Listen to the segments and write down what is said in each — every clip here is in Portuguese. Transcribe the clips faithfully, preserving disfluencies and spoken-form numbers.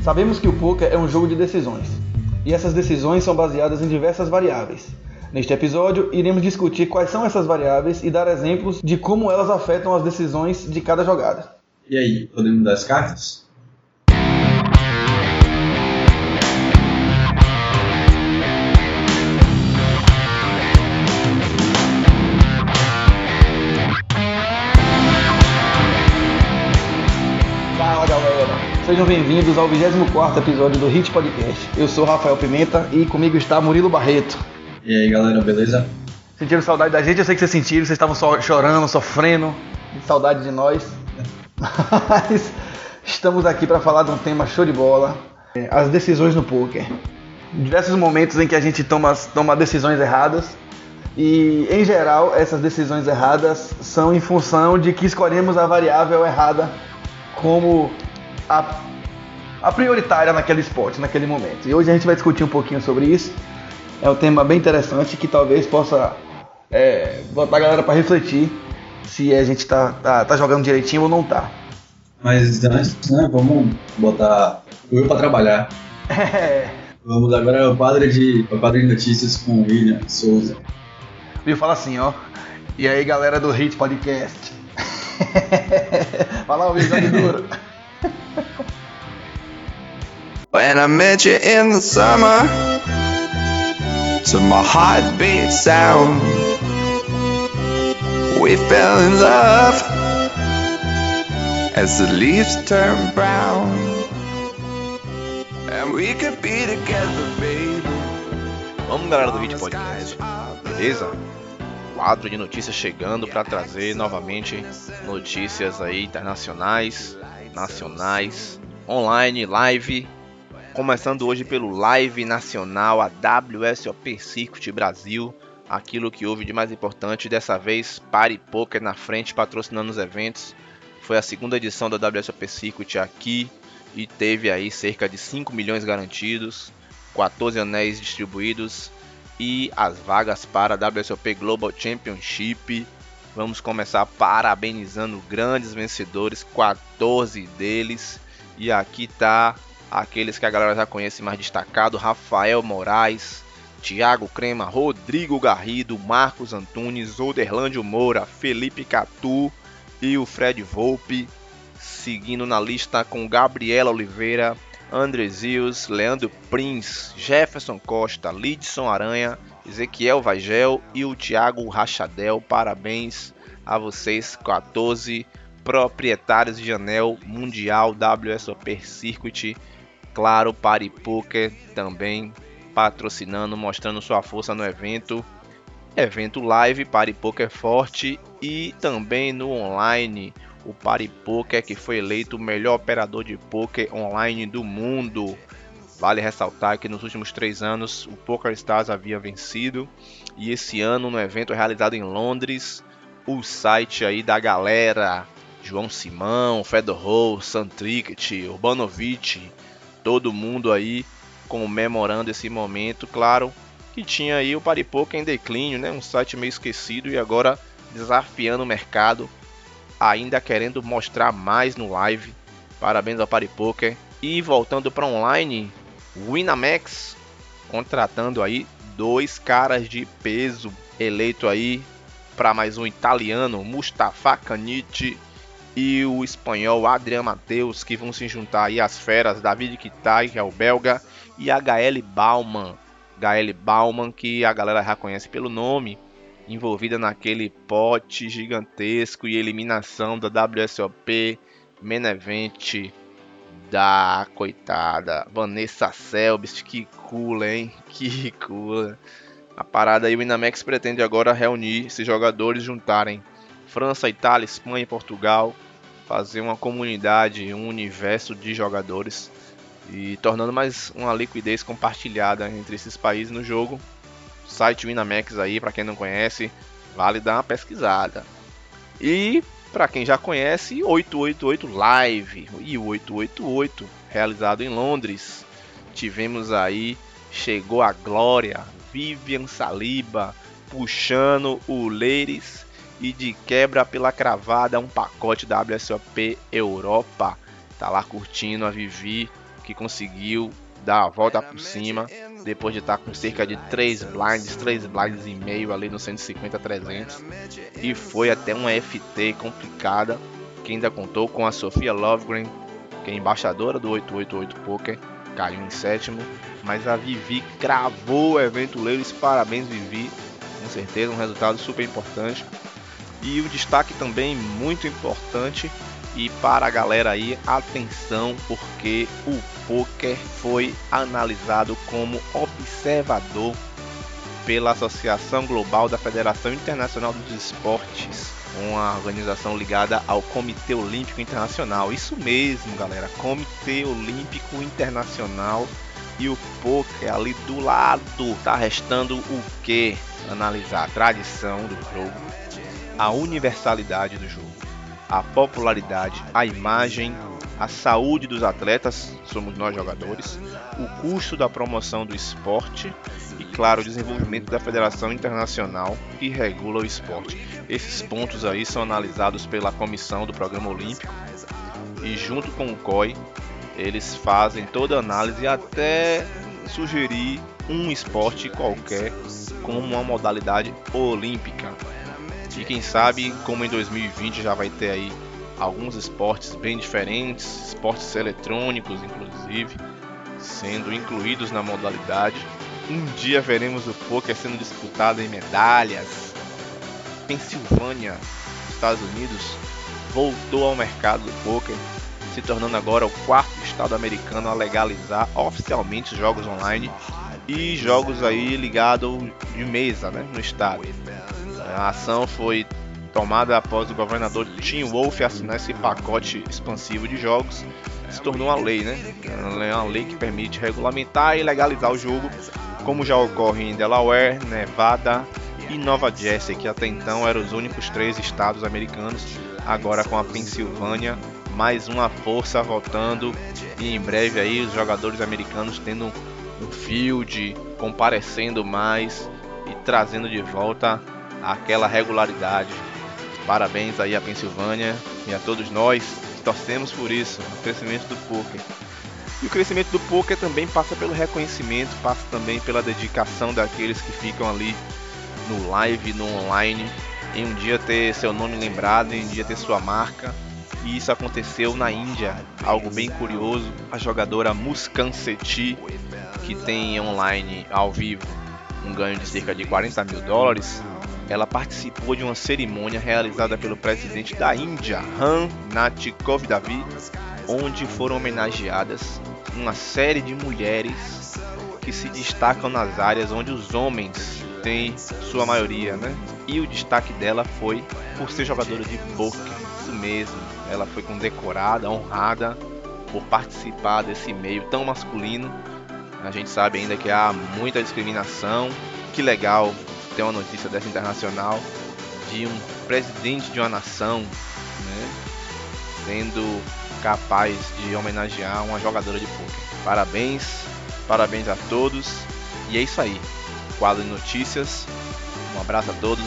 Sabemos que o poker é um jogo de decisões, e essas decisões são baseadas em diversas variáveis. Neste episódio, iremos discutir quais são essas variáveis e dar exemplos de como elas afetam as decisões de cada jogada. E aí, podemos dar as cartas? Fala galera, sejam bem-vindos ao vigésimo quarto episódio do Hit Podcast. Eu sou Rafael Pimenta e comigo está Murilo Barreto. E aí galera, beleza? Sentiram saudade da gente? Eu sei que vocês sentiram, vocês estavam só chorando, sofrendo de saudade de nós. Mas estamos aqui para falar de um tema show de bola, as decisões no poker. Diversos momentos em que a gente toma, toma decisões erradas e, em geral, essas decisões erradas são em função de que escolhemos a variável errada como a, a prioritária naquele esporte, naquele momento. E hoje a gente vai discutir um pouquinho sobre isso. É um tema bem interessante que talvez possa é, botar a galera para refletir se a gente tá, tá, tá jogando direitinho ou não tá. Mas antes, né, vamos botar o eu pra trabalhar. É. Vamos agora ao quadro de, ao quadro de notícias com o William Souza. Viu, fala assim, ó. E aí, galera do Hit Podcast. Fala o William duro. When I met you in the summer, to my heartbeat sound, we fell in love as the leaves turn brown, and we could be together, baby. Vamos, galera do Hit Podcast, beleza? Quadro de notícias chegando para trazer novamente notícias aí internacionais, nacionais, online, live. Começando hoje pelo Live Nacional, a W S O P Circuit Brasil. Aquilo que houve de mais importante, dessa vez Party Poker na frente, patrocinando os eventos. Foi a segunda edição da W S O P Circuit aqui e teve aí cerca de cinco milhões garantidos, quatorze anéis distribuídos e as vagas para a W S O P Global Championship. Vamos começar parabenizando grandes vencedores, quatorze deles. E aqui tá aqueles que a galera já conhece mais destacado: Rafael Moraes, Thiago Crema, Rodrigo Garrido, Marcos Antunes, Oderlândio Moura, Felipe Catu e o Fred Volpe. Seguindo na lista com Gabriela Oliveira, André Zios, Leandro Prince, Jefferson Costa, Lidson Aranha, Ezequiel Vagel e o Thiago Rachadel. Parabéns a vocês, quatorze proprietários de anel mundial W S O P Circuit. Claro, Party Poker também patrocinando, mostrando sua força no evento. Evento live, Party Poker forte, e também no online, o Party Poker, que foi eleito o melhor operador de poker online do mundo. Vale ressaltar que nos últimos três anos o PokerStars havia vencido, e esse ano, no evento realizado em Londres, o site aí da galera, João Simão, Fedorov, Santricket, Urbanovic, todo mundo aí comemorando esse momento. Claro que tinha aí o Party Poker em declínio, né? Um site meio esquecido, e agora desafiando o mercado, ainda querendo mostrar mais no live. Parabéns ao Party Poker. E voltando para online, Winamax contratando aí dois caras de peso, eleito aí para mais um italiano, Mustafa Caniche, e o espanhol Adrian Mateus, que vão se juntar aí às feras David Kitai, que é o belga, e a Gael Bauman. Gael Bauman, que a galera já conhece pelo nome, envolvida naquele pote gigantesco e eliminação da W S O P Main Event da coitada Vanessa Selbst. Que cool, hein? Que cool. A parada aí, o Winamax pretende agora reunir esses jogadores, juntarem França, Itália, Espanha e Portugal, fazer uma comunidade, um universo de jogadores e tornando mais uma liquidez compartilhada entre esses países no jogo. O site Winamax aí, para quem não conhece, vale dar uma pesquisada. E para quem já conhece, oitocentos e oitenta e oito Live, e o oitocentos e oitenta e oito realizado em Londres. Tivemos aí, chegou a glória, Vivian Saliba puxando o Ladies e de quebra pela cravada um pacote da W S O P Europa. Tá lá curtindo a Vivi que conseguiu dar a volta por cima, depois de estar com cerca de três blinds, três blinds e meio ali no cento e cinquenta a trezentos, e foi até uma F T complicada, que ainda contou com a Sofia Lovegren, que é embaixadora do oito oito oito Poker, caiu em sétimo, mas a Vivi cravou o evento Ladies. Parabéns, Vivi, com certeza um resultado super importante. E o destaque também muito importante, e para a galera aí, atenção, porque o poker foi analisado como observador pela Associação Global da Federação Internacional dos Esportes, uma organização ligada ao Comitê Olímpico Internacional. Isso mesmo, galera, Comitê Olímpico Internacional. E o poker ali do lado. Tá restando o que? Analisar a tradição do jogo, a universalidade do jogo, a popularidade, a imagem, a saúde dos atletas, somos nós jogadores, o custo da promoção do esporte e, claro, o desenvolvimento da Federação Internacional que regula o esporte. Esses pontos aí são analisados pela comissão do Programa Olímpico e, junto com o C O I, eles fazem toda a análise até sugerir um esporte qualquer como uma modalidade olímpica. E quem sabe, como em dois mil e vinte já vai ter aí alguns esportes bem diferentes, esportes eletrônicos inclusive, sendo incluídos na modalidade. Um dia veremos o poker sendo disputado em medalhas. Pensilvânia, Estados Unidos, voltou ao mercado do poker, se tornando agora o quarto estado americano a legalizar oficialmente jogos online e jogos aí ligados de mesa, né, no estado. A ação foi tomada após o governador Tim Wolf assinar esse pacote expansivo de jogos. Se tornou uma lei, né? É uma lei que permite regulamentar e legalizar o jogo, como já ocorre em Delaware, Nevada e Nova Jersey, que até então eram os únicos três estados americanos. Agora com a Pensilvânia, mais uma força voltando, e em breve aí os jogadores americanos tendo um field, comparecendo mais e trazendo de volta aquela regularidade. Parabéns aí à Pensilvânia e a todos nós que torcemos por isso, o crescimento do poker. E o crescimento do poker também passa pelo reconhecimento, passa também pela dedicação daqueles que ficam ali no live, no online, em um dia ter seu nome lembrado, em um dia ter sua marca. E isso aconteceu na Índia, algo bem curioso. A jogadora Muskan Sethi, que tem online ao vivo um ganho de cerca de quarenta mil dólares, ela participou de uma cerimônia realizada pelo presidente da Índia, Ram Nath Kovind, onde foram homenageadas uma série de mulheres que se destacam nas áreas onde os homens têm sua maioria, né? E o destaque dela foi por ser jogadora de poker, isso mesmo. Ela foi condecorada, honrada por participar desse meio tão masculino. A gente sabe ainda que há muita discriminação. Que legal ter uma notícia dessa internacional de um presidente de uma nação, né, sendo capaz de homenagear uma jogadora de poker. Parabéns, parabéns a todos. E é isso aí. Quadro de notícias. Um abraço a todos.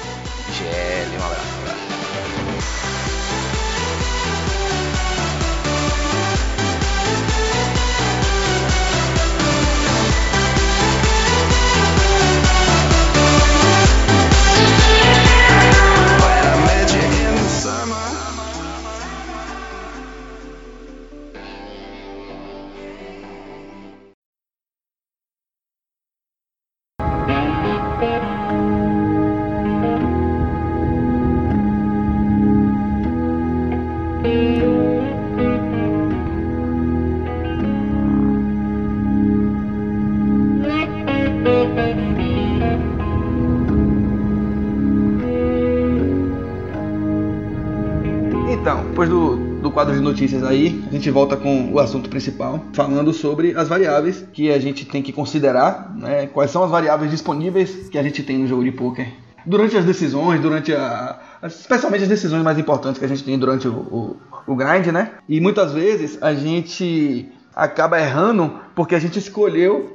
G L, um abraço. Um abraço. Então, depois do, do quadro de notícias aí, a gente volta com o assunto principal, falando sobre as variáveis que a gente tem que considerar, né? Quais são as variáveis disponíveis que a gente tem no jogo de poker. Durante as decisões, durante a, especialmente as decisões mais importantes que a gente tem durante o, o, o grind, né? E muitas vezes a gente acaba errando porque a gente escolheu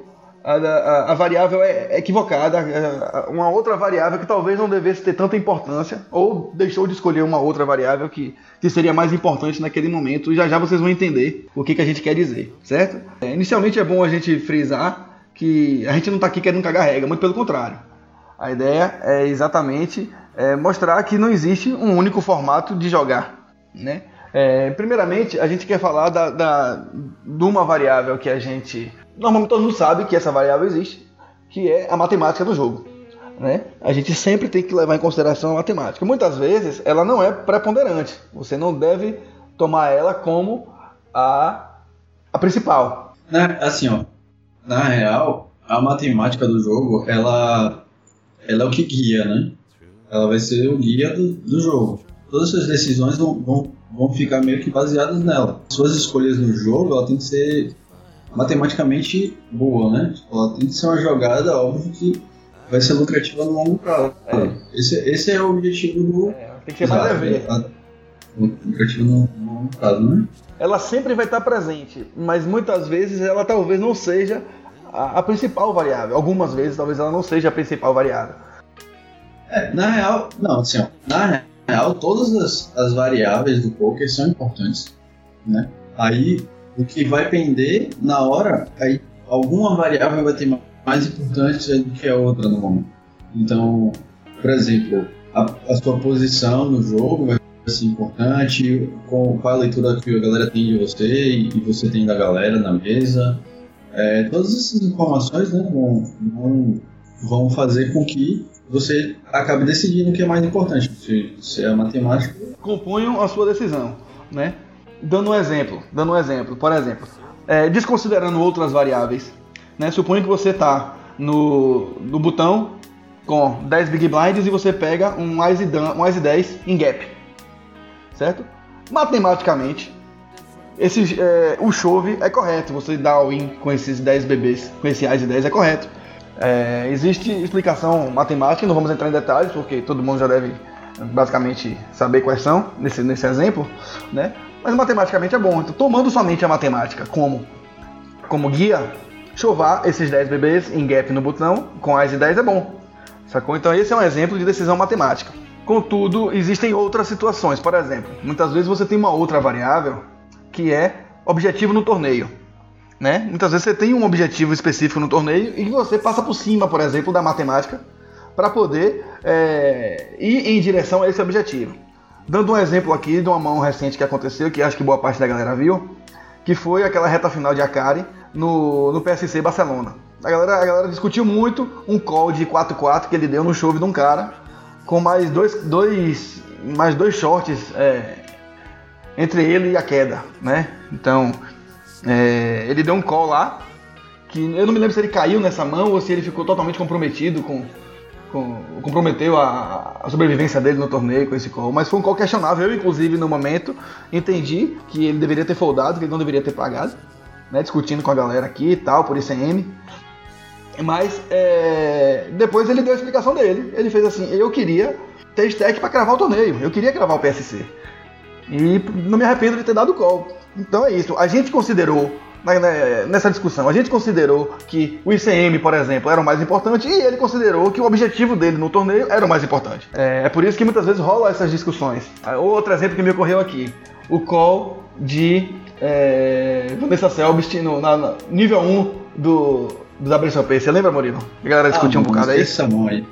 a, a, a variável é equivocada, uma outra variável que talvez não devesse ter tanta importância, ou deixou de escolher uma outra variável que, que seria mais importante naquele momento, e já já vocês vão entender o que, que a gente quer dizer, certo? É, inicialmente é bom a gente frisar que a gente não está aqui querendo cagar regra, muito pelo contrário. A ideia é exatamente é, mostrar que não existe um único formato de jogar, né? É, primeiramente, a gente quer falar da, da, de uma variável que a gente... Normalmente todo mundo sabe que essa variável existe, que é a matemática do jogo, né? A gente sempre tem que levar em consideração a matemática. Muitas vezes ela não é preponderante. Você não deve tomar ela como a, a principal. Na, assim, ó, na real, a matemática do jogo, ela, ela é o que guia, né? Ela vai ser o guia do, do jogo. Todas as suas decisões vão, vão, vão ficar meio que baseadas nela. Suas escolhas no jogo, ela tem que ser matematicamente boa, né? Ela tem que ser uma jogada, óbvio, que vai ser lucrativa no longo prazo. É. Esse, esse é o objetivo do... É, tem que ser mais leve. Lucrativa no, no longo prazo, né? Ela sempre vai estar presente, mas muitas vezes ela talvez não seja a, a principal variável. Algumas vezes talvez ela não seja a principal variável. É, na real, não, assim, ó, na real, todas as, as variáveis do poker são importantes, né? Aí, o que vai pender na hora, aí alguma variável vai ter mais importância do que a outra no momento. Então, por exemplo, a, a sua posição no jogo vai ser importante, com, qual a leitura que a galera tem de você e, e você tem da galera na mesa. É, todas essas informações, né, vão, vão, vão fazer com que você acabe decidindo o que é mais importante, se, se é a matemática. Componham a sua decisão, né? Dando um exemplo, dando um exemplo, por exemplo, é, desconsiderando outras variáveis, né? Suponha que você está no, no botão com dez Big Blinds e você pega um Ice, um Ice dez em gap, certo? Matematicamente, esse, é, o chove é correto, você dá all-in com esses dez bebês, com esse Ice dez é correto. É, existe explicação matemática, não vamos entrar em detalhes, porque todo mundo já deve basicamente saber quais são nesse, nesse exemplo, né? Mas matematicamente é bom. Então, tomando somente a matemática como, como guia, chovar esses dez bebês em gap no botão com Ice dez é bom, sacou? Então esse é um exemplo de decisão matemática. Contudo, existem outras situações. Por exemplo, muitas vezes você tem uma outra variável que é objetivo no torneio, né? Muitas vezes você tem um objetivo específico no torneio e você passa por cima, por exemplo, da matemática para poder é, ir em direção a esse objetivo. Dando um exemplo aqui de uma mão recente que aconteceu, que acho que boa parte da galera viu, que foi aquela reta final de Akari no, no P S C Barcelona. A galera, a galera discutiu muito um call de quatro quatro que ele deu no chove de um cara, com mais dois, dois, mais dois shorts é, entre ele e a queda, né? Então, é, ele deu um call lá, que eu não me lembro se ele caiu nessa mão ou se ele ficou totalmente comprometido com... comprometeu a, a sobrevivência dele no torneio com esse call, mas foi um call questionável. Eu, inclusive, no momento, entendi que ele deveria ter foldado, que ele não deveria ter pagado, né, discutindo com a galera aqui e tal, por I C M. Mas é, depois ele deu a explicação dele. Ele fez assim: eu queria ter stack para cravar o torneio, eu queria cravar o P S C. E não me arrependo de ter dado o call. Então é isso. A gente considerou, nessa discussão, a gente considerou que o I C M, por exemplo, era o mais importante, e ele considerou que o objetivo dele no torneio era o mais importante. É, é por isso que muitas vezes rolam essas discussões. Outro exemplo que me ocorreu aqui: o call de é, Vanessa Selbst no na, na, nível um do, do W S O P. Você lembra, Murilo? A galera discutiu ah, um bocado aí. Essa mão aí,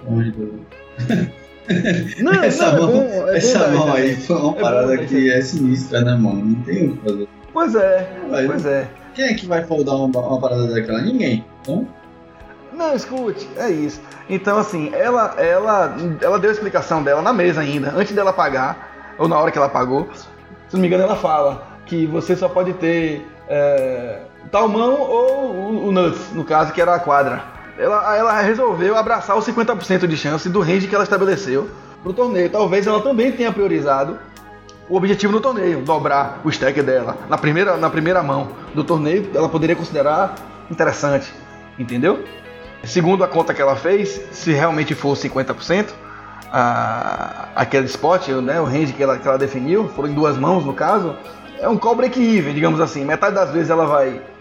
não, essa não, mão, é bom, é essa bom, mão é aí foi uma é parada bom, que é sinistra, né, mano? Não tem o que fazer. Pois é, Mas, pois é. Quem é que vai foldar uma, uma parada daquela? Ninguém. Então... Não, escute, é isso. Então, assim, ela, ela, ela deu a explicação dela na mesa ainda, antes dela pagar, ou na hora que ela pagou. Se não me engano, ela fala que você só pode ter é, tal mão ou o, o nuts, no caso, que era a quadra. Ela, ela resolveu abraçar os cinquenta por cento de chance do range que ela estabeleceu pro torneio. Talvez ela também tenha priorizado o objetivo no torneio, dobrar o stack dela na primeira, na primeira mão do torneio. Ela poderia considerar interessante, entendeu? Segundo a conta que ela fez, se realmente for cinquenta por cento, a, aquele spot, né, o range que ela, que ela definiu, foram em duas mãos no caso, é um call break-even, digamos assim. Metade das vezes ela vai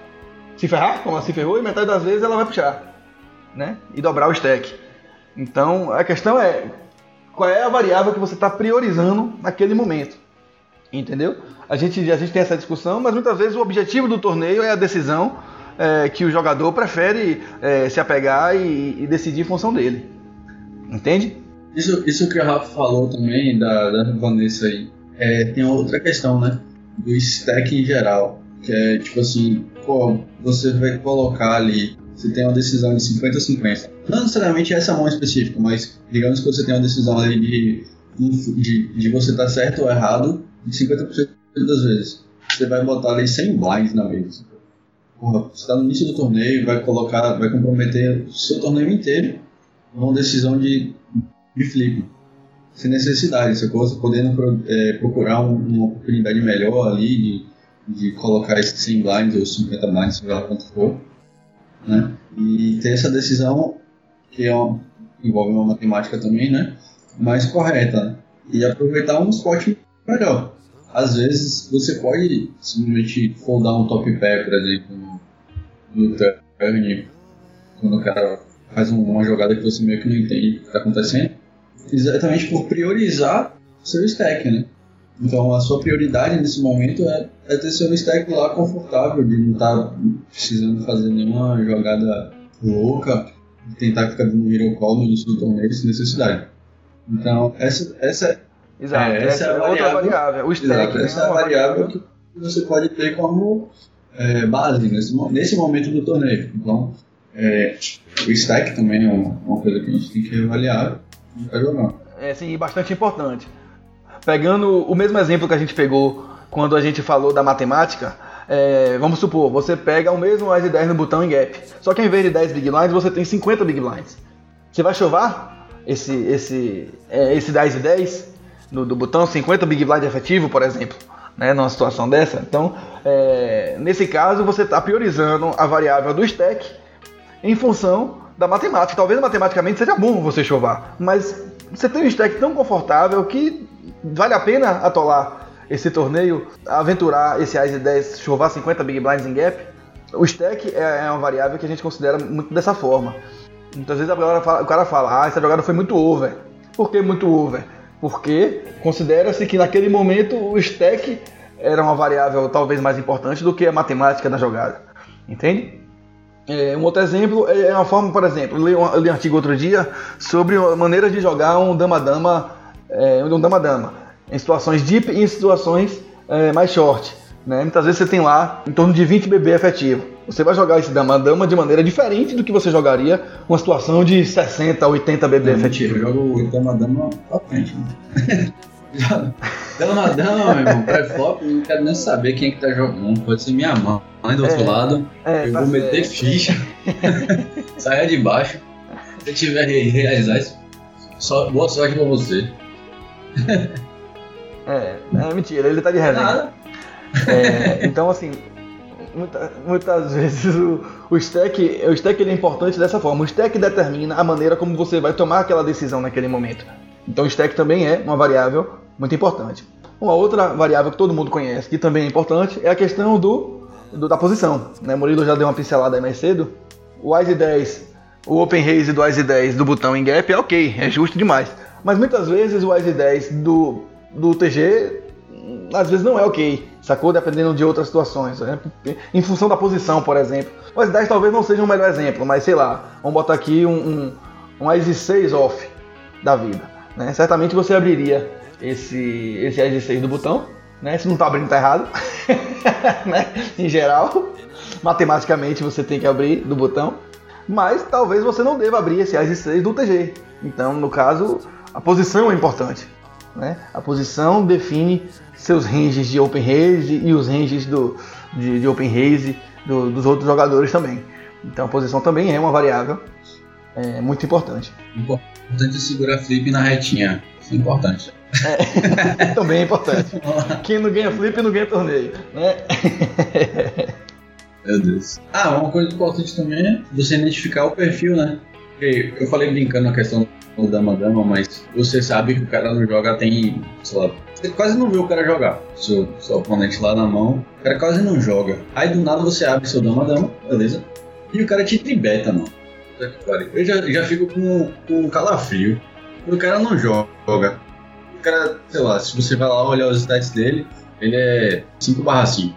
se ferrar, como ela se ferrou, e metade das vezes ela vai puxar, né? E dobrar o stack. Então a questão é qual é a variável que você está priorizando naquele momento, entendeu? A gente, a gente tem essa discussão, mas muitas vezes o objetivo do torneio é a decisão é, que o jogador prefere é, se apegar e, e decidir em função dele, entende? Isso, isso que o Rafa falou também, da, da Vanessa aí, é, tem outra questão, né? Do stack em geral, que é tipo assim, pô, você vai colocar ali, você tem uma decisão de cinquenta a cinquenta. Não necessariamente essa mão específica, mas digamos que você tem uma decisão ali de, de, de você estar certo ou errado de cinquenta por cento das vezes. Você vai botar ali cem blinds na mesa. Porra, você está no início do torneio, vai colocar, vai comprometer o seu torneio inteiro numa decisão de, de flip. Sem necessidade, você podendo é, procurar um, uma oportunidade melhor ali de, de colocar esses cem blinds ou cinquenta blinds, seja lá quanto for, né? E ter essa decisão que é uma, envolve uma matemática também, né? Mais correta, né? E aproveitar um spot melhor. Às vezes você pode simplesmente foldar um top pair, por exemplo, no, no turn, quando o cara faz um, uma jogada que você meio que não entende o que está acontecendo, exatamente por priorizar o seu stack, né? Então a sua prioridade nesse momento é, é ter seu stack lá confortável, de não estar tá precisando fazer nenhuma jogada louca, de tentar ficar dando hero call no início do torneio sem necessidade. Então essa, essa, Exato, é, essa, essa é a outra variável, variável. O stack, exato, né? essa é a variável que você pode ter como é, base nesse, nesse momento do torneio. Então é, o stack também é uma, uma coisa que a gente tem que avaliar. É sim, bastante importante. Pegando o mesmo exemplo que a gente pegou quando a gente falou da matemática, é, vamos supor, você pega o mesmo As dez no botão em gap, só que ao invés de dez big blinds, você tem cinquenta big blinds. Você vai chovar esse, esse, é, esse dez e dez do, do botão, cinquenta big blind efetivo, por exemplo, né, numa situação dessa? Então, é, nesse caso, você está priorizando a variável do stack em função da matemática. Talvez matematicamente seja bom você chovar, mas você tem um stack tão confortável que vale a pena atolar esse torneio, aventurar esse As dez, chovar cinquenta big blinds em gap. O stack é uma variável que a gente considera muito dessa forma. Muitas vezes a galera fala, o cara fala, ah, essa jogada foi muito over. Por que muito over? Porque considera-se que naquele momento o stack era uma variável talvez mais importante do que a matemática da jogada. Entende? É, um outro exemplo é uma forma, por exemplo, eu li um, eu li um artigo outro dia sobre maneiras de jogar um dama-dama, é, um dama-dama em situações deep e em situações é, mais short, né? Muitas vezes você tem lá em torno de vinte B B efetivo. Você vai jogar esse dama-dama de maneira diferente do que você jogaria uma situação de sessenta, oitenta B B efetivo. Eu jogo o dama-dama pra frente, né? Dama-dama, meu irmão, pré-flop, não quero nem saber quem é que tá jogando. Pode ser minha mãe do outro é, lado. É, eu tá vou certo. Meter ficha, saia de baixo. Se tiver realizar isso, só, boa sorte pra você. É, é mentira, ele tá de resenha. É, então, assim, muita, muitas vezes o, o stack, o stack ele é importante dessa forma. O stack determina a maneira como você vai tomar aquela decisão naquele momento. Então o stack também é uma variável muito importante. Uma outra variável que todo mundo conhece, que também é importante, é a questão do, do, da posição, né? Murilo já deu uma pincelada aí mais cedo. O As dez, o open raise do As dez do botão em gap é ok, é justo demais. Mas muitas vezes o As dez do, do T G, às vezes não é ok, sacou? Dependendo de outras situações, né? Em função da posição, por exemplo. O As dez talvez não seja o melhor exemplo, mas sei lá, vamos botar aqui um, um, um As seis off da vida, né? Certamente você abriria esse, esse As seis do botão, né? Se não está abrindo, está errado. Né? Em geral, matematicamente você tem que abrir do botão, mas talvez você não deva abrir esse As seis do T G. Então, no caso, a posição é importante, né? A posição define seus ranges de open raise e os ranges do, de, de open raise do, dos outros jogadores também. Então, a posição também é uma variável é, muito importante. Importante segurar flip na retinha. Isso é importante. É, também é importante. Quem não ganha flip não ganha torneio, né? Meu Deus. Ah, uma coisa importante também é você identificar o perfil, né? Porque eu falei brincando na questão do dama-dama, mas você sabe que o cara não joga tem, sei lá, você quase não vê o cara jogar. Seu, seu oponente lá na mão, o cara quase não joga. Aí do nada você abre seu dama-dama, beleza? E o cara te tribeta, mano. Eu já, já fico com, com calafrio. O cara não joga. O cara, sei lá, se você vai lá olhar os stats dele, ele é cinco barra cinco.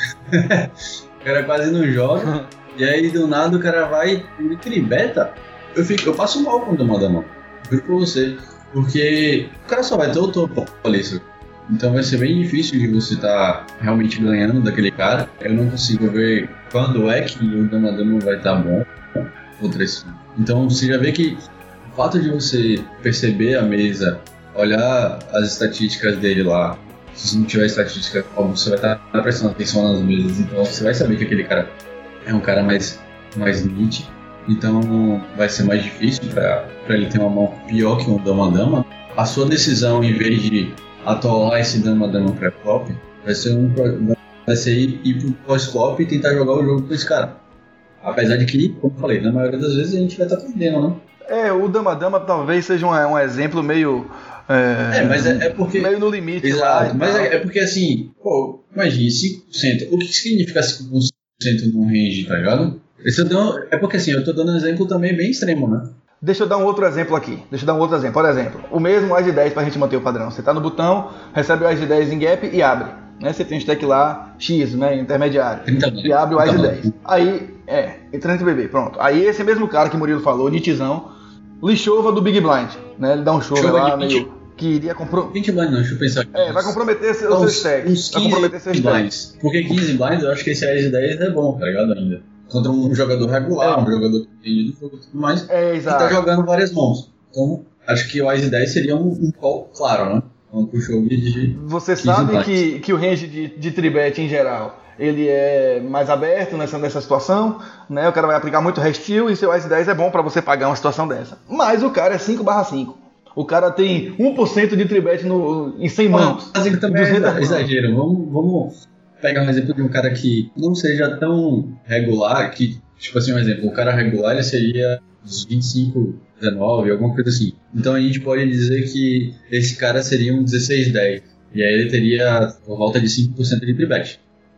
O cara quase não joga. E aí do nada o cara vai e me tribeta. Eu, fico, eu passo mal com o dama-dama. Juro pra você. Porque o cara só vai ter o topo ali. Então vai ser bem difícil de você estar tá realmente ganhando daquele cara. Eu não consigo ver quando é que o dama-dama vai estar tá bom contra esse. Então você já vê que o fato de você perceber a mesa, olhar as estatísticas dele lá, se você não tiver estatística, óbvio, você vai estar tá prestando atenção nas mesas. Então você vai saber que aquele cara é um cara mais, mais nítido. Então vai ser mais difícil para ele ter uma mão pior que um dama-dama. A sua decisão, em vez de atolar esse dama-dama pré-flop, vai ser, um, vai ser ir, ir pro pós-flop e tentar jogar o jogo com esse cara. Apesar de que, como eu falei, na maioria das vezes a gente vai estar tá perdendo, né? É, o dama-dama talvez seja um, um exemplo meio... É, é mas é, é porque... meio no limite. Exato, lá, mas é, é porque assim, pô, imagine, cinco por cento. O que significa cinco por cento num range, tá ligado? Esse eu dou, é porque assim, eu tô dando um exemplo também bem extremo, né? Deixa eu dar um outro exemplo aqui. Deixa eu dar um outro exemplo. Por exemplo, o mesmo As de dez pra gente manter o padrão. Você tá no botão, recebe o As de dez em gap e abre. Né? Você tem um stack lá, X, né? Intermediário. E abre o As de dez. Aí, é, trinta B B, pronto. Aí esse mesmo cara que o Murilo falou, nitizão, lixova do Big Blind. Né? Ele dá um show lá, meio... que iria comprometer... vinte blinds não, deixa eu pensar aqui. É, vai comprometer seu, seu stack. Uns vai comprometer seus blinds. Porque quinze blinds, eu acho que esse As de dez é bom, tá ligado ainda? Contra um jogador regular, é. um jogador que entende do jogo e tudo mais, é, exato. Que tá jogando várias mãos. Então, acho que o As de dez seria um, um call claro, né? Um puxou de Você sabe que, que o range de, de tribet em geral, ele é mais aberto nessa, nessa situação, né? O cara vai aplicar muito restil e seu As de dez é bom pra você pagar uma situação dessa. Mas o cara é cinco barra cinco. O cara tem um por cento de tribet no, em cem mãos. Mas também é exagero. Vamos... vamos... pegar um exemplo de um cara que não seja tão regular, que, tipo assim, um exemplo, o cara regular ele seria dos vinte e cinco, dezenove, alguma coisa assim. Então a gente pode dizer que esse cara seria um dezesseis dez, e aí ele teria por volta de cinco por cento de tribet.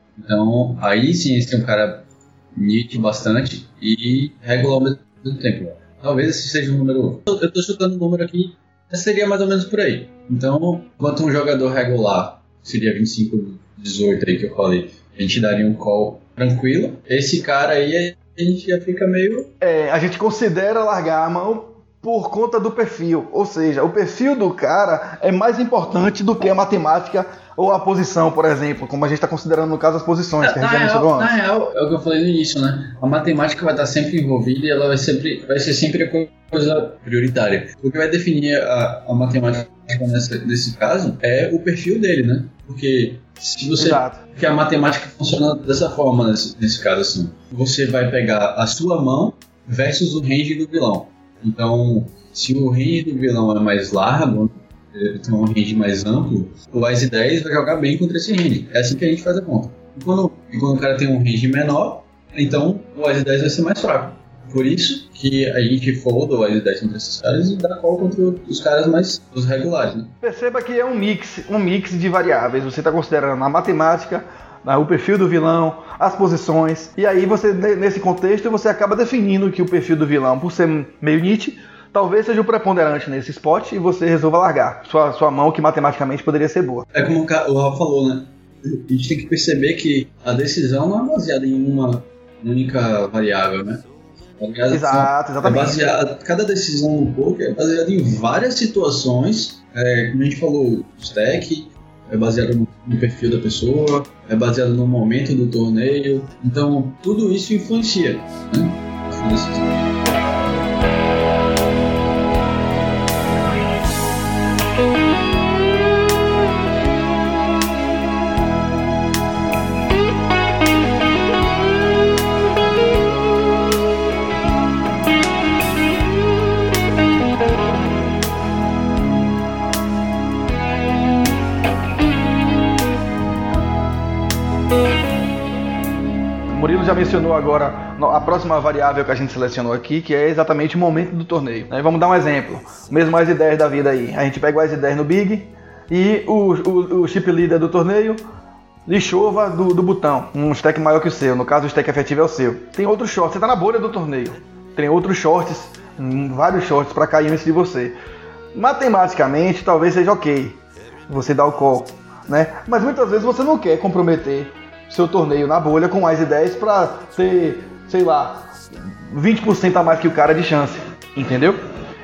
Então aí sim esse é um cara nítido bastante e regular ao mesmo tempo. Talvez esse seja um número... Eu tô chutando um número aqui, mas seria mais ou menos por aí. Então, enquanto um jogador regular seria vinte e cinco, dezoito aí que eu falei, a gente daria um call tranquilo. Esse cara aí a gente já fica meio... É, a gente considera largar a mão por conta do perfil. Ou seja, o perfil do cara é mais importante do que a matemática ou a posição, por exemplo, como a gente está considerando no caso as posições que a gente já mencionou antes. Na real, é o que eu falei no início, né? A matemática vai estar sempre envolvida e ela vai, sempre, vai ser sempre a coisa prioritária. O que vai definir a, a matemática nessa, nesse caso é o perfil dele, né? Porque se você... Exato. Porque a matemática funciona dessa forma nesse, nesse caso, assim. Você vai pegar a sua mão versus o range do vilão. Então, se o range do vilão é mais largo, ele tem um range mais amplo, o As de dez vai jogar bem contra esse range. É assim que a gente faz a conta. E quando, e quando o cara tem um range menor, então o As de dez vai ser mais fraco. Por isso que a gente folda o As de dez contra esses caras e dá call contra os caras mais os regulares, né? Perceba que é um mix, um mix de variáveis. Você está considerando a matemática, o perfil do vilão, as posições, e aí você, nesse contexto, você acaba definindo que o perfil do vilão, por ser meio nítido, talvez seja o preponderante nesse spot e você resolva largar sua, sua mão, que matematicamente poderia ser boa. É como o Rafa falou, né? A gente tem que perceber que a decisão não é baseada em uma única variável, né? Exato, exatamente. É baseada, cada decisão no poker é baseada em várias situações, é, como a gente falou, o stack é baseado no, no perfil da pessoa, é baseado no momento do torneio, então tudo isso influencia, né? Murilo já mencionou agora a próxima variável que a gente selecionou aqui, que é exatamente o momento do torneio. Vamos dar um exemplo. Mesmo As de dez da vida aí. A gente pega o As de dez no Big, e o, o, o chip leader do torneio lhe chova do, do botão, um stack maior que o seu, no caso o stack efetivo é o seu. Tem outros shorts, você tá na bolha do torneio, tem outros shorts, vários shorts para cair antes de você. Matematicamente talvez seja ok, você dá o call, né? Mas muitas vezes você não quer comprometer seu torneio na bolha com mais de dez para ter, sei lá, vinte por cento a mais que o cara de chance, entendeu?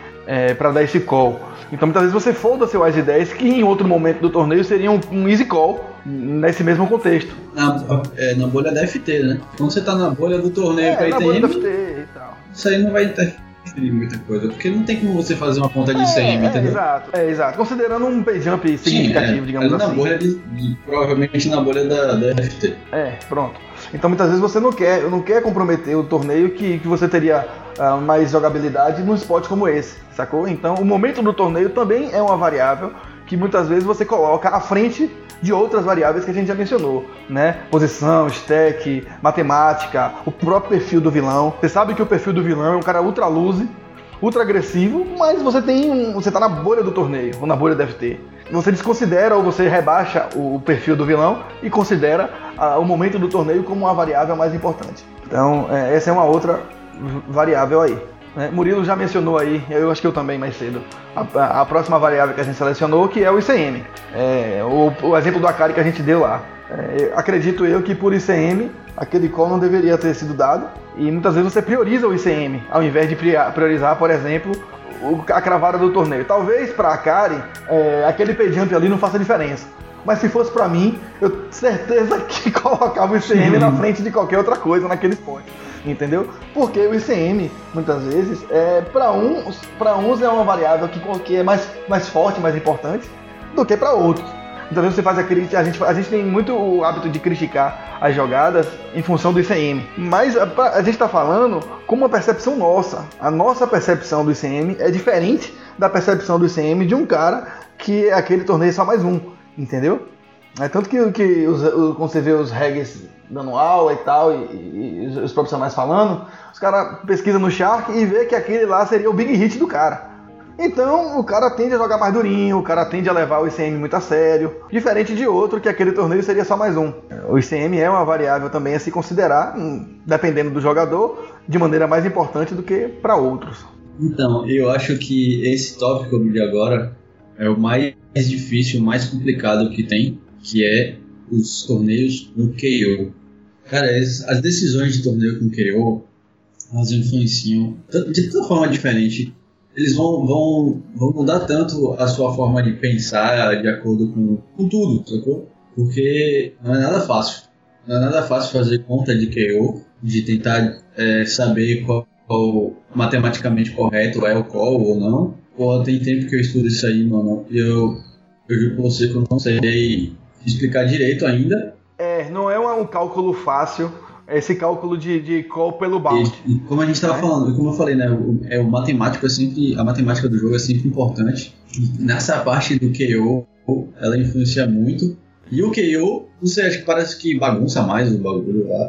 É, para dar esse call. Então muitas vezes você folda seu Ice dez, que em outro momento do torneio seria um, um easy call nesse mesmo contexto. Na, é, na bolha da F T, né? Quando você tá na bolha do torneio é, pra na I T M, bolha da F T e tal. Isso aí não vai interferir muita coisa, porque não tem como você fazer uma conta de I C M, é, entendeu? É, exato, é, exato. Considerando um pay jump significativo, Sim, é, digamos na assim. Bolha de, de, provavelmente na bolha da, da F T. É, pronto. Então muitas vezes você não quer, não quer comprometer o torneio que, que você teria uh, mais jogabilidade num spot como esse, sacou? Então o momento do torneio também é uma variável que muitas vezes você coloca à frente de outras variáveis que a gente já mencionou, né? Posição, stack, matemática, o próprio perfil do vilão. Você sabe que o perfil do vilão é um cara ultra lose, ultra agressivo, mas você tem um, você tá na bolha do torneio, ou na bolha da F T. Você desconsidera ou você rebaixa o perfil do vilão e considera ah, o momento do torneio como uma variável mais importante. Então, é, essa é uma outra variável aí. Né? Murilo já mencionou aí, eu acho que eu também mais cedo, a, a próxima variável que a gente selecionou, que é o I C M. É, o, o exemplo do Akari que a gente deu lá. É, acredito eu que por I C M, aquele call não deveria ter sido dado, e muitas vezes você prioriza o I C M, ao invés de priorizar, por exemplo, a cravada do torneio. Talvez para a Akari, é, aquele pay jump ali não faça diferença. Mas se fosse para mim, eu tenho certeza que colocava o I C M na frente de qualquer outra coisa naquele spot. Entendeu? Porque o I C M, muitas vezes, é, para uns, para uns é uma variável que, que é mais, mais forte, mais importante, do que para outros. Então você faz a crítica, a gente, a gente tem muito o hábito de criticar as jogadas em função do I C M. Mas a, a gente está falando com uma percepção nossa. A nossa percepção do I C M é diferente da percepção do I C M de um cara que é aquele torneio só mais um. Entendeu? É tanto que, que os, o, quando você vê os regs dando aula e tal, e, e, e os profissionais falando, os caras pesquisam no Shark e vê que aquele lá seria o big hit do cara. Então o cara tende a jogar mais durinho, o cara tende a levar o I C M muito a sério, diferente de outro que aquele torneio seria só mais um. O I C M é uma variável também a se considerar, dependendo do jogador, de maneira mais importante do que para outros. Então, eu acho que esse tópico de agora é o mais difícil, o mais complicado que tem, que é os torneios com K O. Cara, as decisões de torneio com K O, elas influenciam de tanta forma diferente. Eles vão, vão, vão mudar tanto a sua forma de pensar de acordo com, com tudo, sacou? Porque não é nada fácil. Não é nada fácil fazer conta de K O, de tentar é, saber qual, qual matematicamente correto é o call ou não. Pô, tem tempo que eu estudo isso aí, mano. E eu, eu juro pra você que eu não sei explicar direito ainda. É, não é um cálculo fácil. Esse cálculo de, de call pelo bounty. E, e como a gente estava é. falando, como eu falei, né, o, é, o matemático é sempre, a matemática do jogo é sempre importante. E nessa parte do K O, ela influencia muito. E o K O, não sei, acho que parece que bagunça mais o bagulho lá.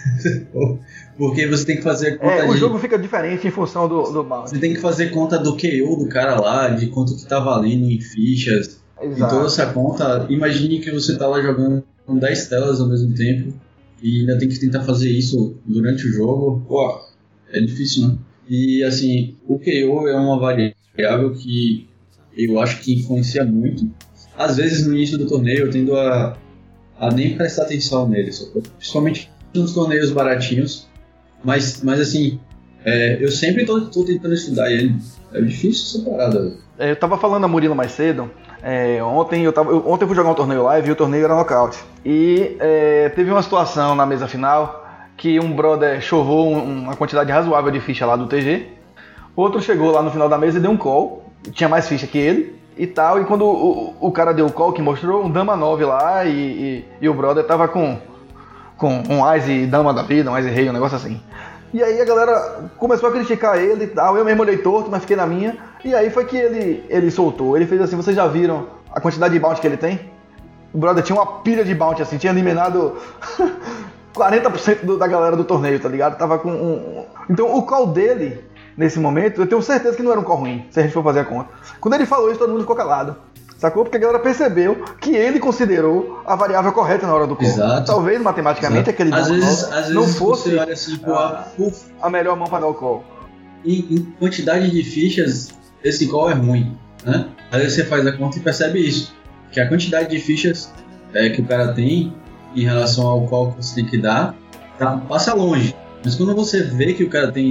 Porque você tem que fazer conta é, de... o jogo fica diferente em função do, do bounty. Você tem que fazer conta do K O do cara lá, de quanto que tá valendo em fichas. Exato. E toda essa conta, imagine que você tá lá jogando com dez telas ao mesmo tempo. E ainda tem que tentar fazer isso durante o jogo. Pô, é difícil, né? E assim, o K O é uma variável que eu acho que influencia muito. Às vezes no início do torneio eu tendo a, a nem prestar atenção nele, principalmente nos torneios baratinhos. Mas, mas assim, é, eu sempre tô, tô tentando estudar ele. É difícil essa parada. É, eu tava falando a Murilo mais cedo. É, ontem, eu tava, eu, ontem eu fui jogar um torneio live e o torneio era nocaute. E é, teve uma situação na mesa final que um brother chovou um, uma quantidade razoável de ficha lá do T G. O outro chegou lá no final da mesa e deu um call. Tinha mais ficha que ele e tal. E quando o, o, o cara deu o call, que mostrou um dama nove lá e, e, e o brother tava com, com um Ice dama da vida, um Ice rei, um negócio assim. E aí a galera começou a criticar ele e tal, eu mesmo olhei torto, mas fiquei na minha. E aí foi que ele, ele soltou, ele fez assim, vocês já viram a quantidade de bounty que ele tem? O brother tinha uma pilha de bounty assim, tinha eliminado quarenta por cento do, da galera do torneio, tá ligado? Tava com um... Então o call dele, nesse momento, eu tenho certeza que não era um call ruim, se a gente for fazer a conta. Quando ele falou isso, todo mundo ficou calado, Sacou? Porque a galera percebeu que ele considerou a variável correta na hora do call. Exato. Talvez matematicamente Exato. aquele às não, vezes, às não vezes fosse você olha assim, pô, a, a melhor mão para dar o call. Em, em quantidade de fichas, esse call é ruim, né? Às vezes você faz a conta e percebe isso, que a quantidade de fichas é, que o cara tem em relação ao call que você tem que dar, tá, passa longe. Mas quando você vê que o cara tem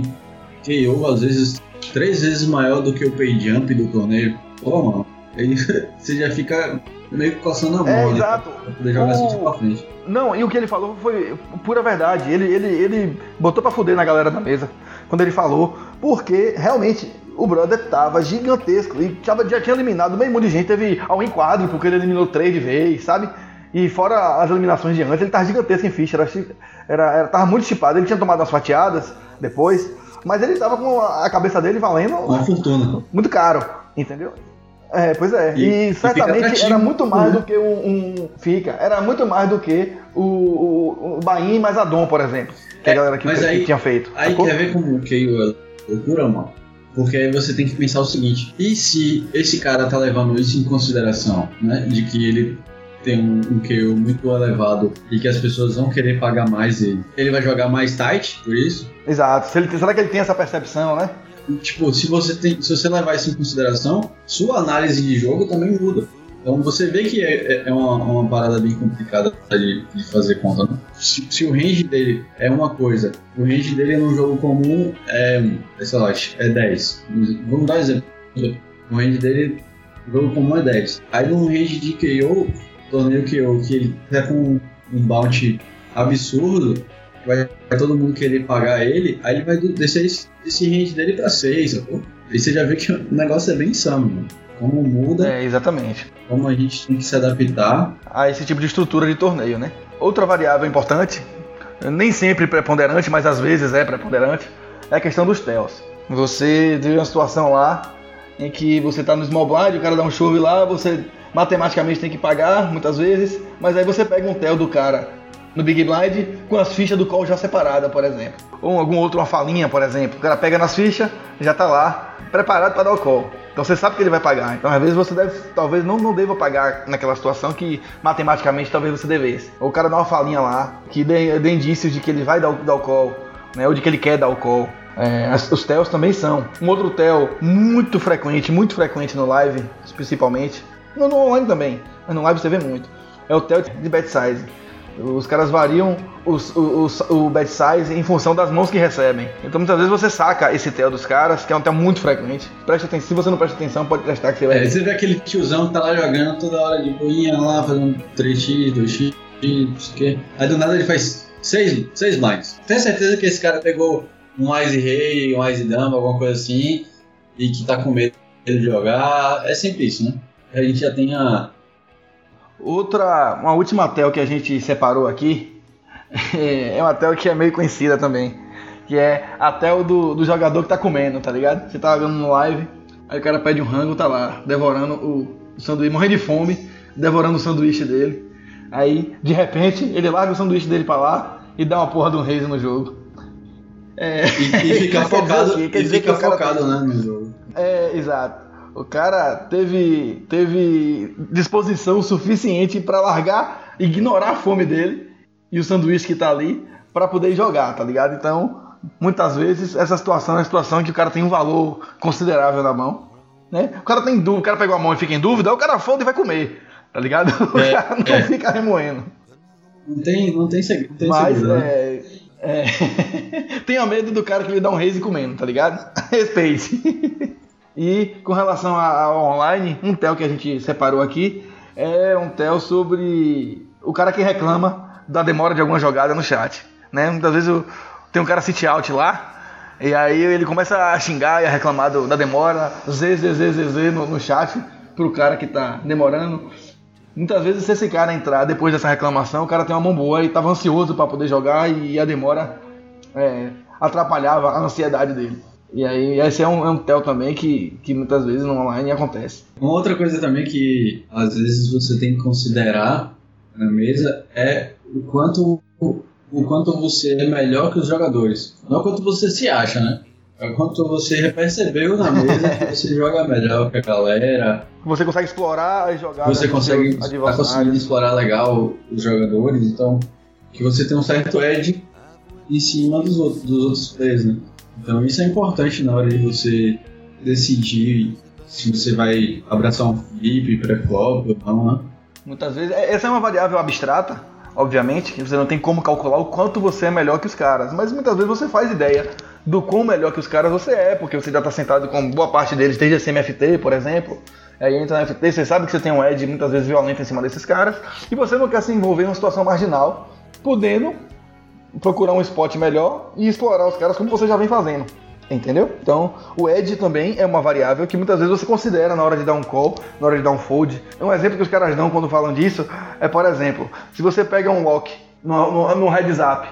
K O, às vezes, três vezes maior do que o pay jump do torneio, pô, mano, aí você já fica meio que coçando a mão, é, né? Exato. Pra poder jogar o... assim pra frente. Não, e o que ele falou foi pura verdade. Ele, ele, ele botou pra fuder na galera da mesa quando ele falou, porque realmente o brother tava gigantesco e tava, já tinha eliminado meio monte de gente, teve ao enquadro, porque ele eliminou três de vez, sabe? E fora as eliminações de antes, ele tava gigantesco em ficha, era, era, era, tava muito chipado, ele tinha tomado umas fatiadas depois, mas ele tava com a cabeça dele valendo uma fortuna. Muito caro, entendeu? É, pois é. E, e certamente e era muito mais né? do que um, um. Fica. Era muito mais do que o, o, o Bahia mais Adon, por exemplo. Que é, a galera que, mas que aí, tinha feito. Aí sacou? quer ver como o K O é loucura, mano? Porque aí você tem que pensar o seguinte: e se esse cara tá levando isso em consideração, né? De que ele tem um, um K O muito elevado e que as pessoas vão querer pagar mais ele. Ele vai jogar mais tight por isso? Exato. Se ele, será que ele tem essa percepção, né? Tipo, se você, tem, se você levar isso em consideração, sua análise de jogo também muda. Então você vê que é, é uma, uma parada bem complicada de, de fazer conta, né? Se, se o range dele é uma coisa, o range dele num jogo comum é, sei lá, é dez. Vamos dar um exemplo. O range dele no jogo comum é dez. Aí num range de K O, torneio K O, que ele tá com um bounty absurdo, vai, vai todo mundo querer pagar ele, aí ele vai descer esse, esse range dele pra seis, sacou? Aí você já vê que o negócio é bem insano, mano. Como muda, É, exatamente. como a gente tem que se adaptar. A esse tipo de estrutura de torneio, né? Outra variável importante, nem sempre preponderante, mas às vezes é preponderante, é a questão dos tells. Você teve uma situação lá em que você tá no small blind, o cara dá um chove lá, você matematicamente tem que pagar, muitas vezes, mas aí você pega um tell do cara no Big Blind com as fichas do call já separadas, por exemplo. Ou algum outro, uma falinha, por exemplo. O cara pega nas fichas, já tá lá, preparado para dar o call. Então você sabe que ele vai pagar. Então às vezes você deve, talvez não, não deva pagar naquela situação que matematicamente talvez você devesse. Ou o cara dá uma falinha lá, que dê, dê indícios de que ele vai dar o, dar o call, né? Ou de que ele quer dar o call. É, as, os tells também são. Um outro tell muito frequente, muito frequente no live, principalmente. No, no online também, mas no live você vê muito. É o tell de bet size. Os caras variam os, os, o bet size em função das mãos que recebem. Então muitas vezes você saca esse tell dos caras, que é um tell muito frequente. Preste atenção, se você não presta atenção, pode prestar que você vai É, ver. você vê aquele tiozão que tá lá jogando toda hora de boinha lá, fazendo três x, dois x, não sei o quê. Aí do nada ele faz seis blinds. Tenho certeza que esse cara pegou um Ice Rei, um Ice Dama, alguma coisa assim, e que tá com medo de jogar. É sempre isso, né? A gente já tem a... Outra, uma última tell que a gente separou aqui, é uma tell que é meio conhecida também, que é a tell do, do jogador que tá comendo, tá ligado? Você tá vendo no live, aí o cara pede um rango, tá lá, devorando o, o sanduíche, morrendo de fome, devorando o sanduíche dele. Aí, de repente, ele larga o sanduíche dele pra lá e dá uma porra de um raise no jogo. É, E, e fica focado, assim, e fica focado tem... né, no jogo. É, exato. O cara teve, teve disposição suficiente para largar, ignorar a fome dele e o sanduíche que tá ali para poder jogar, tá ligado? Então, muitas vezes, essa situação é uma situação em que o cara tem um valor considerável na mão, né? O cara tem dúvida, o cara pegou a mão e fica em dúvida, aí o cara folda e vai comer, tá ligado? O É, cara não é. fica remoendo. Não tem, não tem segredo. Não tem Mas, segredo, né? é... é... tenha medo do cara que lhe dá um raise comendo, tá ligado? Respeite. E com relação ao online, um tel que a gente separou aqui é um tel sobre o cara que reclama da demora de alguma jogada no chat, né? Muitas vezes eu, tem um cara sit out lá e aí ele começa a xingar e a reclamar do, da demora, z, z, z, z, z no, no chat pro cara que tá demorando. Muitas vezes se esse cara entrar depois dessa reclamação, o cara tem uma mão boa e tava ansioso para poder jogar e a demora é, atrapalhava a ansiedade dele. E aí, esse é um, é um tel também que, que muitas vezes no online acontece. Uma outra coisa também que às vezes você tem que considerar na mesa é o quanto, o quanto você é melhor que os jogadores. Não o quanto você se acha, né? Quanto você percebeu na mesa que você joga melhor que a galera. Você consegue explorar as jogadas. Você consegue tá conseguindo explorar legal os jogadores, então que você tem um certo edge em cima dos outros, dos outros players, né? Então isso é importante na hora de você decidir se você vai abraçar um flip, pré-flop ou não, né? Muitas vezes, essa é uma variável abstrata, obviamente, que você não tem como calcular o quanto você é melhor que os caras, mas muitas vezes você faz ideia do quão melhor que os caras você é, porque você já está sentado com boa parte deles desde a C M F T, por exemplo. Aí entra na F T, você sabe que você tem um edge muitas vezes violento em cima desses caras, e você não quer se envolver em uma situação marginal, podendo procurar um spot melhor e explorar os caras como você já vem fazendo. Entendeu? Então, o edge também é uma variável que muitas vezes você considera na hora de dar um call, na hora de dar um fold. Um exemplo que os caras dão quando falam disso é, por exemplo, se você pega um lock no, no, no heads up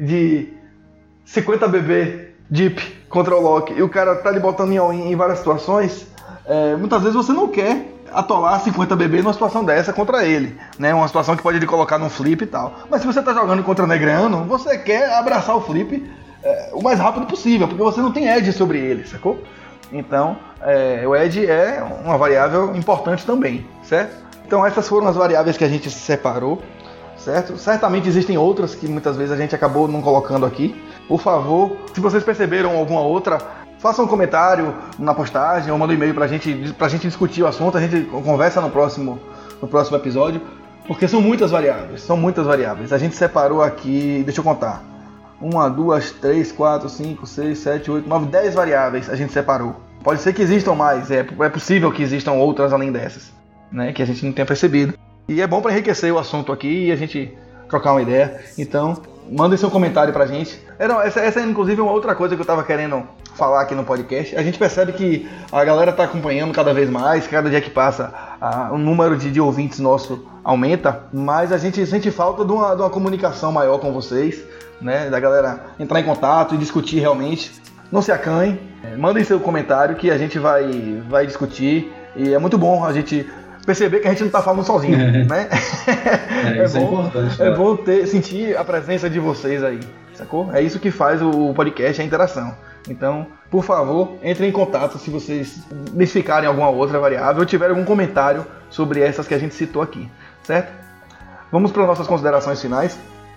de cinquenta B B deep contra o lock e o cara tá lhe botando em all-in em várias situações, é, muitas vezes você não quer atolar cinquenta B B numa situação dessa contra ele, né? Uma situação que pode lhe colocar num flip e tal. Mas se você tá jogando contra o Negreano, você quer abraçar o flip É, o mais rápido possível, porque você não tem edge sobre ele, sacou? Então, é, o edge é uma variável importante também, certo? Então essas foram as variáveis que a gente separou, certo? Certamente existem outras que muitas vezes a gente acabou não colocando aqui. Por favor, se vocês perceberam alguma outra, façam um comentário na postagem ou mandem um e-mail pra gente, pra gente discutir o assunto, a gente conversa no próximo, no próximo episódio, porque são muitas variáveis, são muitas variáveis. A gente separou aqui, deixa eu contar, uma, duas, três, quatro, cinco, seis, sete, oito, nove, dez variáveis a gente separou. Pode ser que existam mais, é, é possível que existam outras além dessas, né, que a gente não tenha percebido. E é bom para enriquecer o assunto aqui e a gente trocar uma ideia. Então, mandem seu comentário pra gente. É, não, essa, essa é inclusive uma outra coisa que eu tava querendo falar aqui no podcast. A gente percebe que a galera tá acompanhando cada vez mais, cada dia que passa a, o número de, de ouvintes nosso aumenta, mas a gente sente falta de uma, de uma comunicação maior com vocês, né, da galera entrar em contato e discutir realmente. Não se acanhem, é, mandem seu comentário que a gente vai, vai discutir, e é muito bom a gente perceber que a gente não está falando sozinho, né? É, isso é, bom, é importante. É bom ter, sentir a presença de vocês aí, sacou? É isso que faz o podcast, a interação. Então, por favor, entrem em contato se vocês identificarem alguma outra variável ou tiverem algum comentário sobre essas que a gente citou aqui, certo? Vamos para as nossas considerações finais.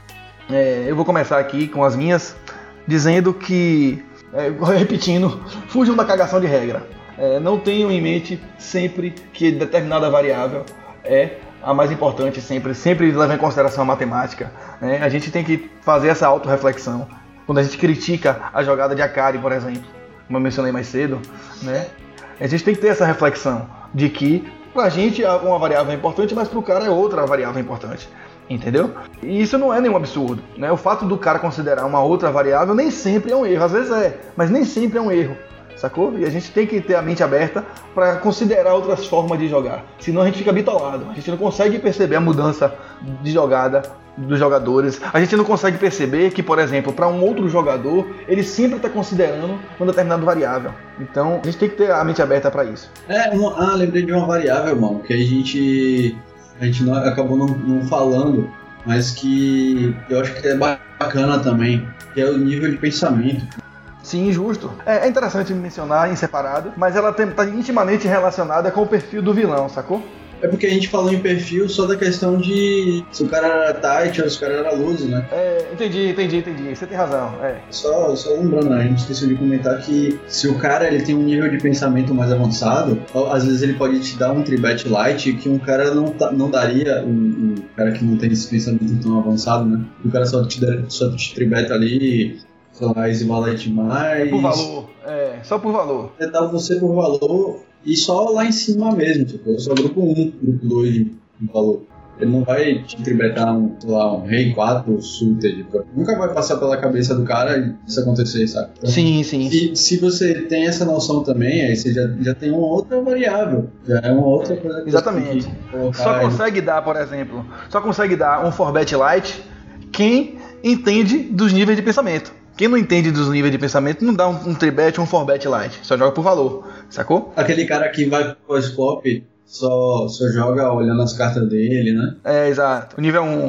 É, eu vou começar aqui com as minhas, dizendo que, é, repetindo, fujam da cagação de regra. É, não tenham em mente sempre que determinada variável é a mais importante, sempre, sempre leva em consideração a matemática, né? A gente tem que fazer essa autorreflexão. Quando a gente critica a jogada de Akari, por exemplo, como eu mencionei mais cedo, né? A gente tem que ter essa reflexão de que pra gente uma variável é importante, mas pro cara é outra variável importante. Entendeu? E isso não é nenhum absurdo, né? O fato do cara considerar uma outra variável nem sempre é um erro, às vezes é, mas nem sempre é um erro, sacou? E a gente tem que ter a mente aberta para considerar outras formas de jogar, senão a gente fica bitolado, a gente não consegue perceber a mudança de jogada dos jogadores, a gente não consegue perceber que, por exemplo, para um outro jogador, ele sempre está considerando uma determinada variável. Então, a gente tem que ter a mente aberta para isso. É, uma, ah, lembrei de uma variável, mano, que a gente... a gente não, acabou não, não falando, mas que eu acho que é bacana também, que é o nível de pensamento. Sim, justo. É, é interessante mencionar em separado, mas ela está intimamente relacionada com o perfil do vilão, sacou? É porque a gente falou em perfil só da questão de se o cara era tight ou se o cara era loose, né? É, entendi, entendi, entendi. Você tem razão, é. Só, só lembrando, a gente esqueceu de comentar que se o cara ele tem um nível de pensamento mais avançado, às vezes ele pode te dar um tribet light que um cara não, não daria, um, um cara que não tem esse pensamento tão avançado, né? O cara só te, só te tribeta ali, sei lá, easy light mais... Por valor, é, só por valor. É dar você por valor... E só lá em cima mesmo, tipo, só grupo um, grupo dois de valor. Ele não vai te tribetar um, sei lá, um rei quatro suited. Nunca vai passar pela cabeça do cara isso acontecer, sabe? Então, sim, sim. Se, se você tem essa noção também, aí você já, já tem uma outra variável. Já é uma outra coisa que exatamente. Você só consegue aí. dar, por exemplo, só consegue dar um four bet light quem entende dos níveis de pensamento. Quem não entende dos níveis de pensamento não dá um, um tribet ou um four bet light, só joga por valor, sacou? Aquele cara que vai pós-flop só, só joga olhando as cartas dele, né? É, exato. O nível um, é,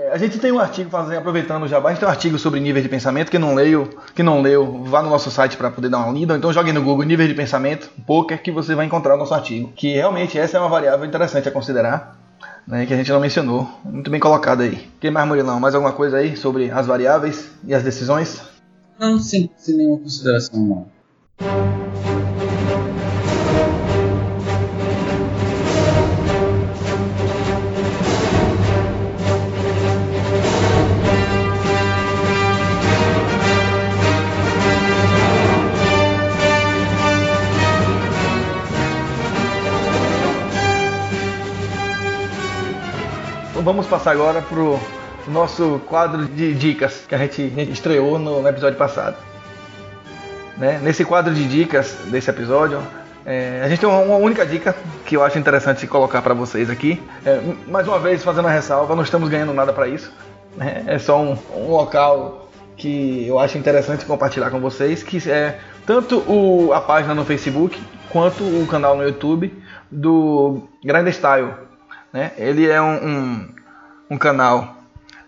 A gente tem um artigo, fazendo, aproveitando o jabá, a gente tem um artigo sobre níveis de pensamento. Quem não leu, quem não leu, vá no nosso site para poder dar uma lida. Então jogue no Google níveis de pensamento, poker, que você vai encontrar o nosso artigo. Que realmente essa é uma variável interessante a considerar, né, que a gente não mencionou. Muito bem colocado aí. Quem mais, Murilão? Mais alguma coisa aí sobre as variáveis e as decisões? Não, sem, sem nenhuma consideração, não. Vamos passar agora pro nosso quadro de dicas que a gente estreou no, no episódio passado. Né? Nesse quadro de dicas desse episódio, é, a gente tem uma, uma única dica que eu acho interessante colocar para vocês aqui. É, mais uma vez, fazendo uma ressalva, não estamos ganhando nada para isso. Né? É só um, um local que eu acho interessante compartilhar com vocês, que é tanto o, a página no Facebook quanto o canal no YouTube do Grind Style. Né? Ele é um, um, um canal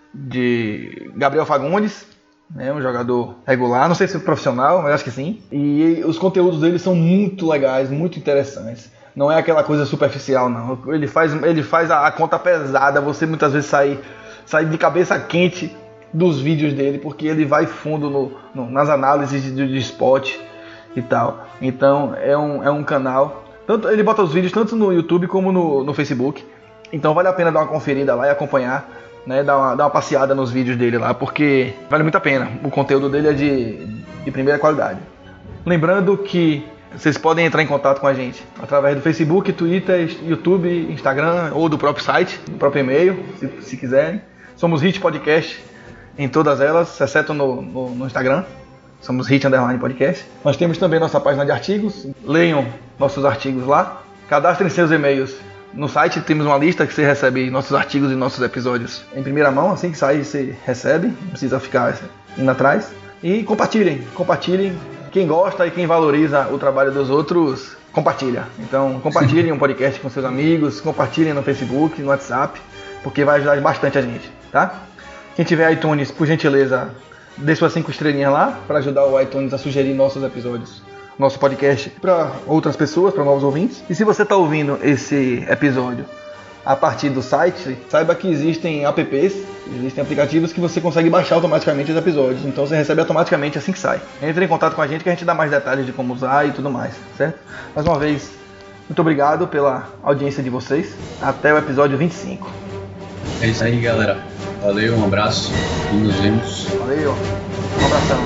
de Gabriel Fagundes, né? Um jogador regular, não sei se é profissional, mas acho que sim. E os conteúdos dele são muito legais, muito interessantes. Não é aquela coisa superficial, não. Ele faz, ele faz a, a conta pesada, você muitas vezes sai, sai de cabeça quente dos vídeos dele, porque ele vai fundo no, no, nas análises de, de esporte e tal. Então é um, é um canal, tanto, ele bota os vídeos tanto no YouTube como no, no Facebook. Então vale a pena dar uma conferida lá e acompanhar, né, dar uma, dar uma passeada nos vídeos dele lá, porque vale muito a pena. O conteúdo dele é de, de primeira qualidade. Lembrando que vocês podem entrar em contato com a gente através do Facebook, Twitter, YouTube, Instagram ou do próprio site, do próprio e-mail, se, se quiserem. Somos Hit Podcast em todas elas, exceto no, no, no Instagram. Somos Hit Underline Podcast. Nós temos também nossa página de artigos. Leiam nossos artigos lá. Cadastrem seus e-mails. No site temos uma lista que você recebe nossos artigos e nossos episódios em primeira mão. Assim que sai, você recebe. Não precisa ficar indo atrás. E compartilhem. Compartilhem. Quem gosta e quem valoriza o trabalho dos outros, compartilha. Então, compartilhem um podcast com seus amigos. Compartilhem no Facebook, no WhatsApp. Porque vai ajudar bastante a gente, tá? Quem tiver iTunes, por gentileza, dê suas cinco estrelinhas lá para ajudar o iTunes a sugerir nossos episódios, nosso podcast para outras pessoas, para novos ouvintes. E se você está ouvindo esse episódio a partir do site, saiba que existem apps, existem aplicativos que você consegue baixar automaticamente os episódios. Então você recebe automaticamente assim que sai. Entre em contato com a gente que a gente dá mais detalhes de como usar e tudo mais, certo? Mais uma vez, muito obrigado pela audiência de vocês. Até o episódio vinte e cinco. É isso aí, galera. Valeu, um abraço e nos vemos. Valeu, um abração.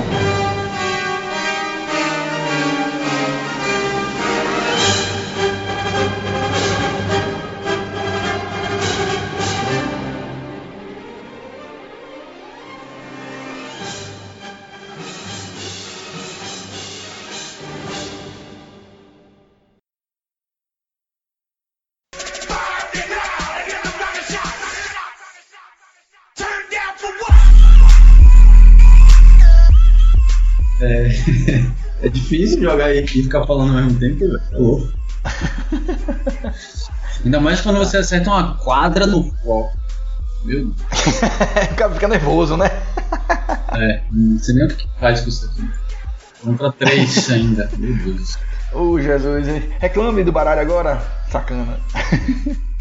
É, é difícil jogar e ficar falando ao mesmo tempo, velho. É louco. Ainda mais quando você acerta uma quadra no foco. Meu Deus. O cara fica nervoso, né? É, não sei nem o que faz com isso aqui. Contra três ainda. Meu Deus. Ô, Jesus, reclame do baralho agora, sacana.